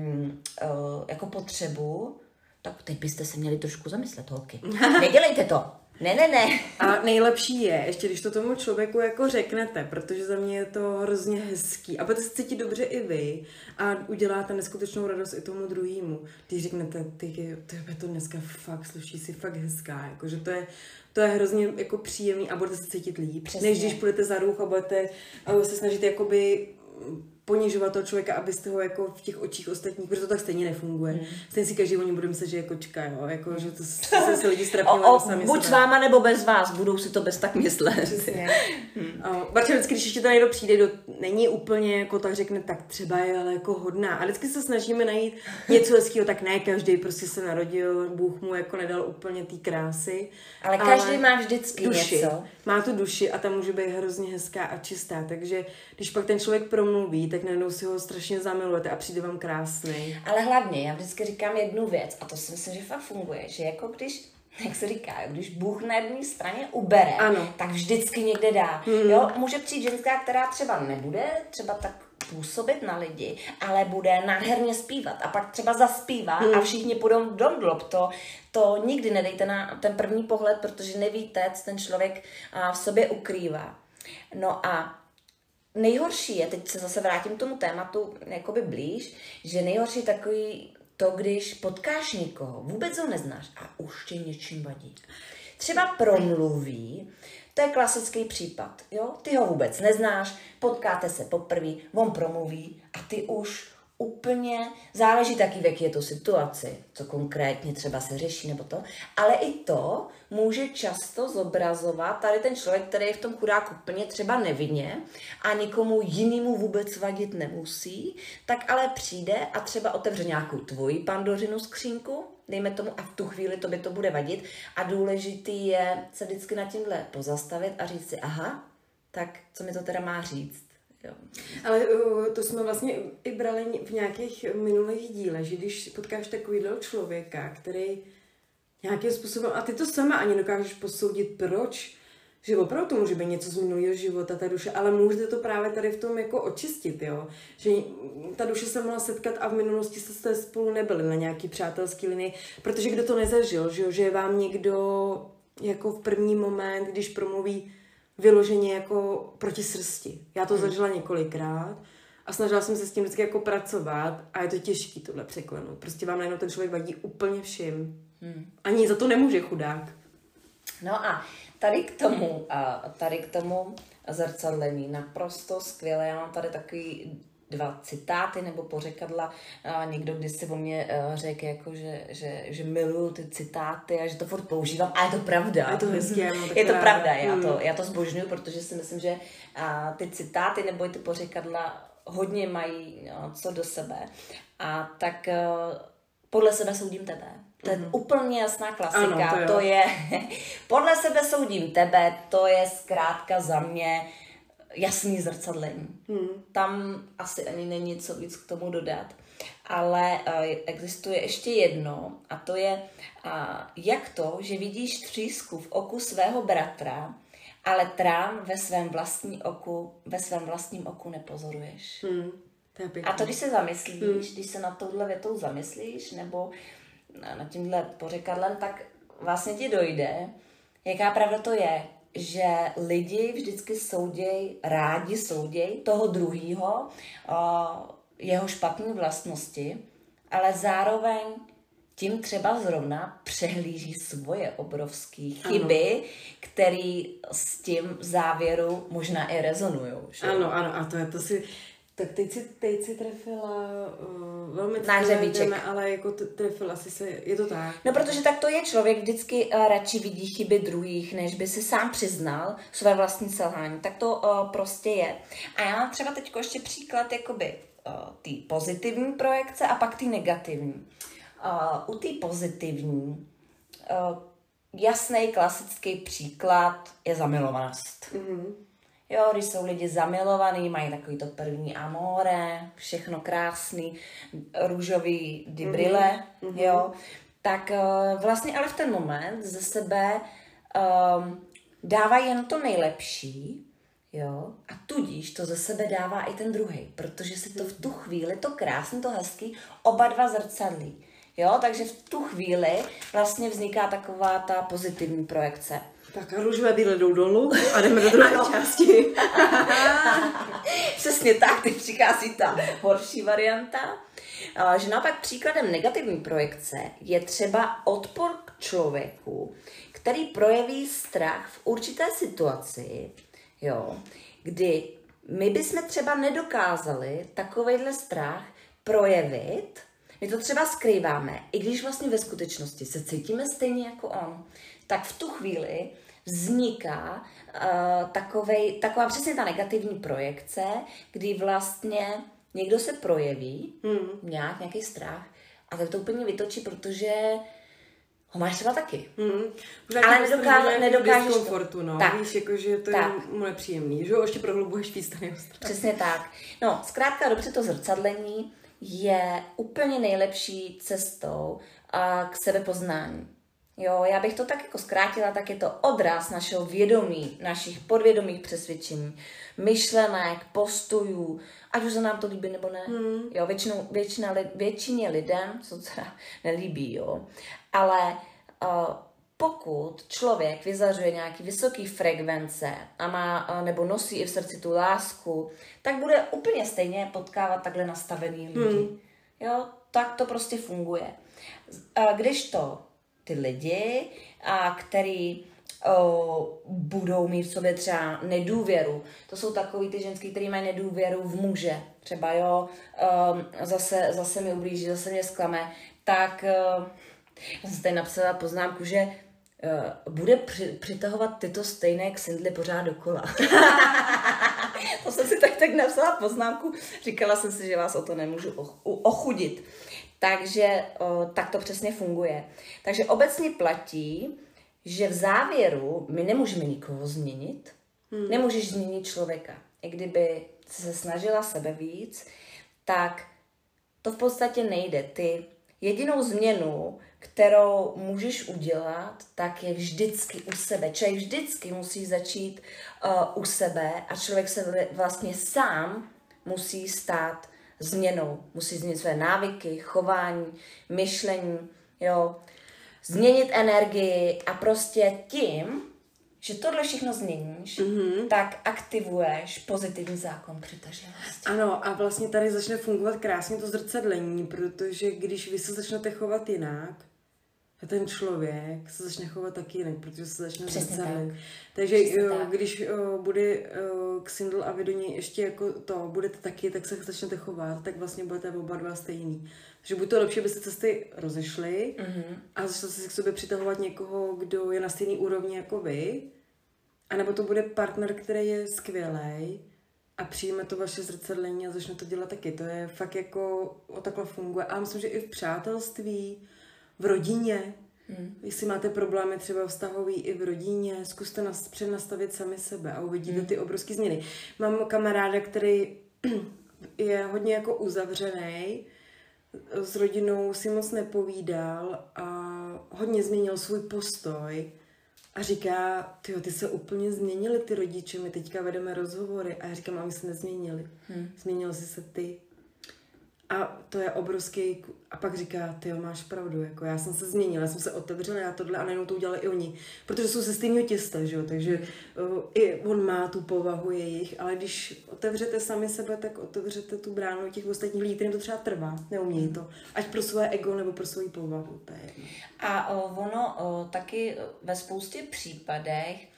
[SPEAKER 1] jako potřebu, tak teď byste se měli trošku zamyslet, holky. Nedělejte to. Ne.
[SPEAKER 2] A nejlepší je, ještě když to tomu člověku jako řeknete, protože za mě je to hrozně hezký. A budete se cítit dobře i vy a uděláte neskutečnou radost i tomu druhému. Když řeknete, ty to dneska fakt sluší si fakt hezká, jakože to je hrozně jako příjemný a budete se cítit líp.
[SPEAKER 1] Přesně.
[SPEAKER 2] Než když půjdete za ruch a budete se snažit jakoby ponižovat toho člověka, abyste ho jako v těch očích ostatních, protože to tak stejně nefunguje. Stejně si každý o něm bude myslet, že je kočka, jo, jako, že to se lidi strapňují sami
[SPEAKER 1] buď s váma nebo bez vás, budou si to bez tak myslet.
[SPEAKER 2] Přesně. Barča vždycky, když ještě to někdo přijde, není úplně jako tak řekne, tak třeba je ale jako hodná. A vždycky se snažíme najít něco hezkého, tak ne každý prostě se narodil, Bůh mu jako nedal úplně té krásy.
[SPEAKER 1] Ale každý má vždycky
[SPEAKER 2] duši.
[SPEAKER 1] něco.
[SPEAKER 2] Má tu duši a ta může být hrozně hezká a čistá, takže když pak ten člověk promluví, tak najednou si ho strašně zamilujete a přijde vám krásný.
[SPEAKER 1] Ale hlavně, já vždycky říkám jednu věc a to si myslím, že fakt funguje, že jako když, jak se říká, když Bůh na jedné straně ubere,
[SPEAKER 2] ano,
[SPEAKER 1] tak vždycky někde dá. Jo, může přijít ženská, která třeba nebude třeba tak působit na lidi, ale bude nádherně zpívat a pak třeba zaspívá a všichni půjdou domdlob. To nikdy nedejte na ten první pohled, protože nevíte, co ten člověk v sobě ukrývá. No a nejhorší je, teď se zase vrátím k tomu tématu jakoby blíž, že nejhorší je takový to, když potkáš někoho, vůbec ho neznáš a už tě něčím vadí. Třeba promluví, to je klasický případ, jo? Ty ho vůbec neznáš, potkáte se poprvé, on promluví a ty už úplně, záleží taky, v jaký je to situaci, co konkrétně třeba se řeší nebo to, ale i to může často zobrazovat tady ten člověk, který je v tom chudáku úplně třeba nevinně a nikomu jinému vůbec vadit nemusí, tak ale přijde a třeba otevře nějakou tvoji Pandořinu skřínku, dejme tomu, a v tu chvíli to by to bude vadit a důležitý je se vždycky nad tímhle pozastavit a říct si, aha, tak co mi to teda má říct. Jo.
[SPEAKER 2] Ale to jsme vlastně i brali v nějakých minulých dílech, že když potkáš takovýhle člověka, který nějakým způsobem, a ty to sama ani dokážeš posoudit, proč, že opravdu to může být něco z minulého života, ta duše, ale můžete to právě tady v tom jako očistit, jo. Že ta duše se mohla setkat a v minulosti jste spolu nebyli na nějaký přátelský linii, protože kdo to nezažil, že je vám někdo jako v první moment, když promluví vyloženě jako proti srsti. Já to zažila několikrát a snažila jsem se s tím vždycky jako pracovat a je to těžký tohle překlenout. Prostě vám najednou ten člověk vadí úplně všim. Ani za to nemůže, chudák.
[SPEAKER 1] No a tady k tomu zrcadlení naprosto skvělé. Já mám tady takový 2 citáty nebo pořekadla. Někdo kdysi o mě řekl, jako, že miluju ty citáty a že to furt používám. A je to pravda.
[SPEAKER 2] Je to hezké.
[SPEAKER 1] Je to pravda. Já to zbožňuju, protože si myslím, že ty citáty nebo ty pořekadla hodně mají co do sebe. A tak podle sebe soudím tebe. To je úplně jasná klasika.
[SPEAKER 2] Ano,
[SPEAKER 1] to je podle sebe soudím tebe, to je zkrátka za mě jasný zrcadlení. Tam asi ani není co víc k tomu dodat. Ale existuje ještě jedno a to je, jak to, že vidíš třísku v oku svého bratra, ale trám ve svém vlastním oku nepozoruješ. A to, když se zamyslíš, když se nad touhle větou zamyslíš, nebo nad tímhle pořekadlem, tak vlastně ti dojde, jaká pravda to je, že lidi vždycky rádi souděj toho druhýho, jeho špatné vlastnosti, ale zároveň tím třeba zrovna přehlíží svoje obrovské chyby, které s tím závěru možná i rezonujou. Že?
[SPEAKER 2] Ano, a to si... Tak teď si trefila velmi
[SPEAKER 1] na hřebíček.
[SPEAKER 2] Ale jako trefila si se, je to tak?
[SPEAKER 1] No, protože tak to je, člověk vždycky radši vidí chyby druhých, než by si sám přiznal své vlastní selhání. Tak to prostě je. A já mám třeba teď ještě příklad jakoby té pozitivní projekce a pak té negativní. U té pozitivní jasný klasický příklad je zamilovanost. Jo, když jsou lidi zamilovaní, mají takový to první amore, všechno krásný, růžový dibrile, jo, tak vlastně ale v ten moment ze sebe dávají jen to nejlepší, jo, a tudíž to ze sebe dává i ten druhý, protože si to v tu chvíli, to krásný, to hezký, oba dva zrcadlí, jo, takže v tu chvíli vlastně vzniká taková ta pozitivní projekce.
[SPEAKER 2] Tak a růžové bíle jdou dolů a jdeme do druhé části.
[SPEAKER 1] Přesně tak, teď přichází ta horší varianta. Že naopak příkladem negativní projekce je třeba odpor k člověku, který projeví strach v určité situaci, jo, kdy my bychom třeba nedokázali takovejhle strach projevit, my to třeba skrýváme, i když vlastně ve skutečnosti se cítíme stejně jako on, tak v tu chvíli vzniká taková přesně ta negativní projekce, kdy vlastně někdo se projeví, nějaký strach, a tak to úplně vytočí, protože ho máš třeba taky.
[SPEAKER 2] Ale nedokážeš komfortu, no.
[SPEAKER 1] Tak.
[SPEAKER 2] Víš, jako, že to je mu nepříjemný, že ho ještě prohlubuješ víc ten strach.
[SPEAKER 1] Přesně tak. No, zkrátka dobře, to zrcadlení je úplně nejlepší cestou k sebepoznání. Jo, já bych to tak jako zkrátila, tak je to odraz našeho vědomí, našich podvědomých přesvědčení, myšlenek, postojů, ať už se nám to líbí nebo ne. Jo, většině lidem se to teda nelíbí, jo. Ale pokud člověk vyzařuje nějaký vysoký frekvence a má nebo nosí i v srdci tu lásku, tak bude úplně stejně potkávat takhle nastavený lidi. Jo, tak to prostě funguje. Když to ty lidi, který budou mít v sobě třeba nedůvěru. To jsou takový ty ženský, který mají nedůvěru v muže. Třeba jo, zase mi ublíží, zase mě zklame. Tak já jsem tady napsala poznámku, že bude přitahovat tyto stejné ksindly pořád dokola. To jsem si tak napsala poznámku. Říkala jsem si, že vás o to nemůžu ochudit. Takže tak to přesně funguje. Takže obecně platí, že v závěru my nemůžeme nikoho změnit, nemůžeš změnit člověka. I kdyby se snažila sebe víc, tak to v podstatě nejde. Ty jedinou změnu, kterou můžeš udělat, tak je vždycky u sebe. Člověk vždycky musí začít u sebe a člověk se vlastně sám musí stát změnou. Musí změnit své návyky, chování, myšlení, jo. Změnit energii a prostě tím, že tohle všechno změníš, tak aktivuješ pozitivní zákon přitažlivosti.
[SPEAKER 2] Ano, a vlastně tady začne fungovat krásně to zrcadlení, protože když vy se začnete chovat jinak, ten člověk se začne chovat taky jinak, protože se začne zrcadlit. Takže když bude Ksindl a vy do ní ještě jako to budete taky, tak se začnete chovat, tak vlastně budete oba dva stejný. Takže buď to lepší, abyste cesty rozešli a začali si k sobě přitahovat někoho, kdo je na stejný úrovni jako vy, anebo to bude partner, který je skvělej, a přijme to vaše zrcadlení a začne to dělat taky. To je fakt jako, takhle funguje. A myslím, že i v přátelství, v rodině, jestli máte problémy třeba vztahový i v rodině, zkuste přenastavit sami sebe a uvidíte ty obrovské změny. Mám kamaráda, který je hodně jako uzavřený, s rodinou si moc nepovídal a hodně změnil svůj postoj a říká, ty se úplně změnili ty rodiče, my teďka vedeme rozhovory a já říkám, a my se nezměnili. Změnil jsi se ty. A to je obrovský, a pak říká, máš pravdu, jako já jsem se změnila, já jsem se otevřela, já tohle a najednou to udělali i oni, protože jsou ze stejného těsta, že jo, takže i on má tu povahu jejich, ale když otevřete sami sebe, tak otevřete tu bránu těch ostatních lidí, kterým to třeba trvá, neumějí to, ať pro své ego nebo pro svoji povahu, to je jedno.
[SPEAKER 1] A ono taky ve spoustě případech,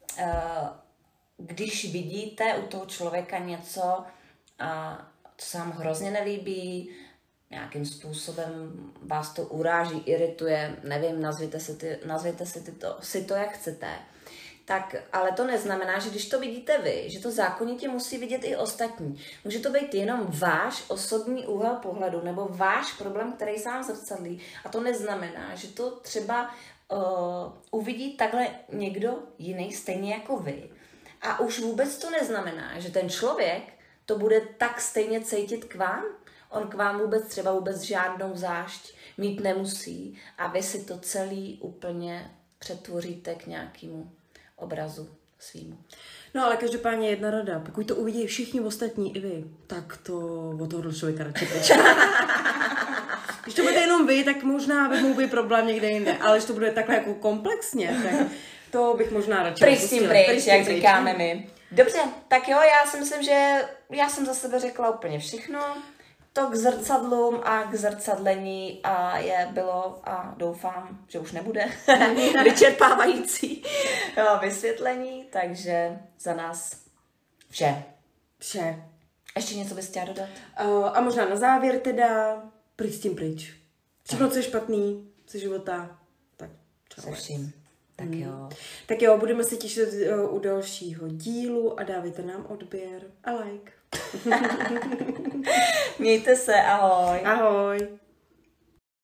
[SPEAKER 1] když vidíte u toho člověka něco, co se vám hrozně nelíbí, nějakým způsobem vás to uráží, irituje, nevím, nazvěte si to, jak chcete. Tak, ale to neznamená, že když to vidíte vy, že to zákonitě musí vidět i ostatní. Může to být jenom váš osobní úhel pohledu nebo váš problém, který se vám zrcadlí. A to neznamená, že to třeba uvidí takhle někdo jiný stejně jako vy. A už vůbec to neznamená, že ten člověk to bude tak stejně cítit k vám. On k vám vůbec žádnou zášť mít nemusí a vy si to celý úplně přetvoříte k nějakému obrazu svýmu.
[SPEAKER 2] No ale každopádně jedna rada, pokud to uvidí všichni ostatní i vy, tak to od toho člověka radši pryč. Když to bude jenom vy, tak možná by mohl být problém někde jinde, ale když to bude takhle jako komplexně, tak to bych možná radši
[SPEAKER 1] pryč, jak říkáme my. Dobře, tak jo, já si myslím, že já jsem za sebe řekla úplně všechno. To k zrcadlům a k zrcadlení bylo a doufám, že už nebude vyčerpávající vysvětlení, takže za nás vše. Ještě něco bys chtěla dodat?
[SPEAKER 2] A možná na závěr teda, pryč s tím pryč. Všechno, co je špatný ze života, tak čau.
[SPEAKER 1] Se vším.
[SPEAKER 2] Tak jo, budeme se těšit u dalšího dílu a dávejte nám odběr a like.
[SPEAKER 1] Mějte se, ahoj.
[SPEAKER 2] Ahoj.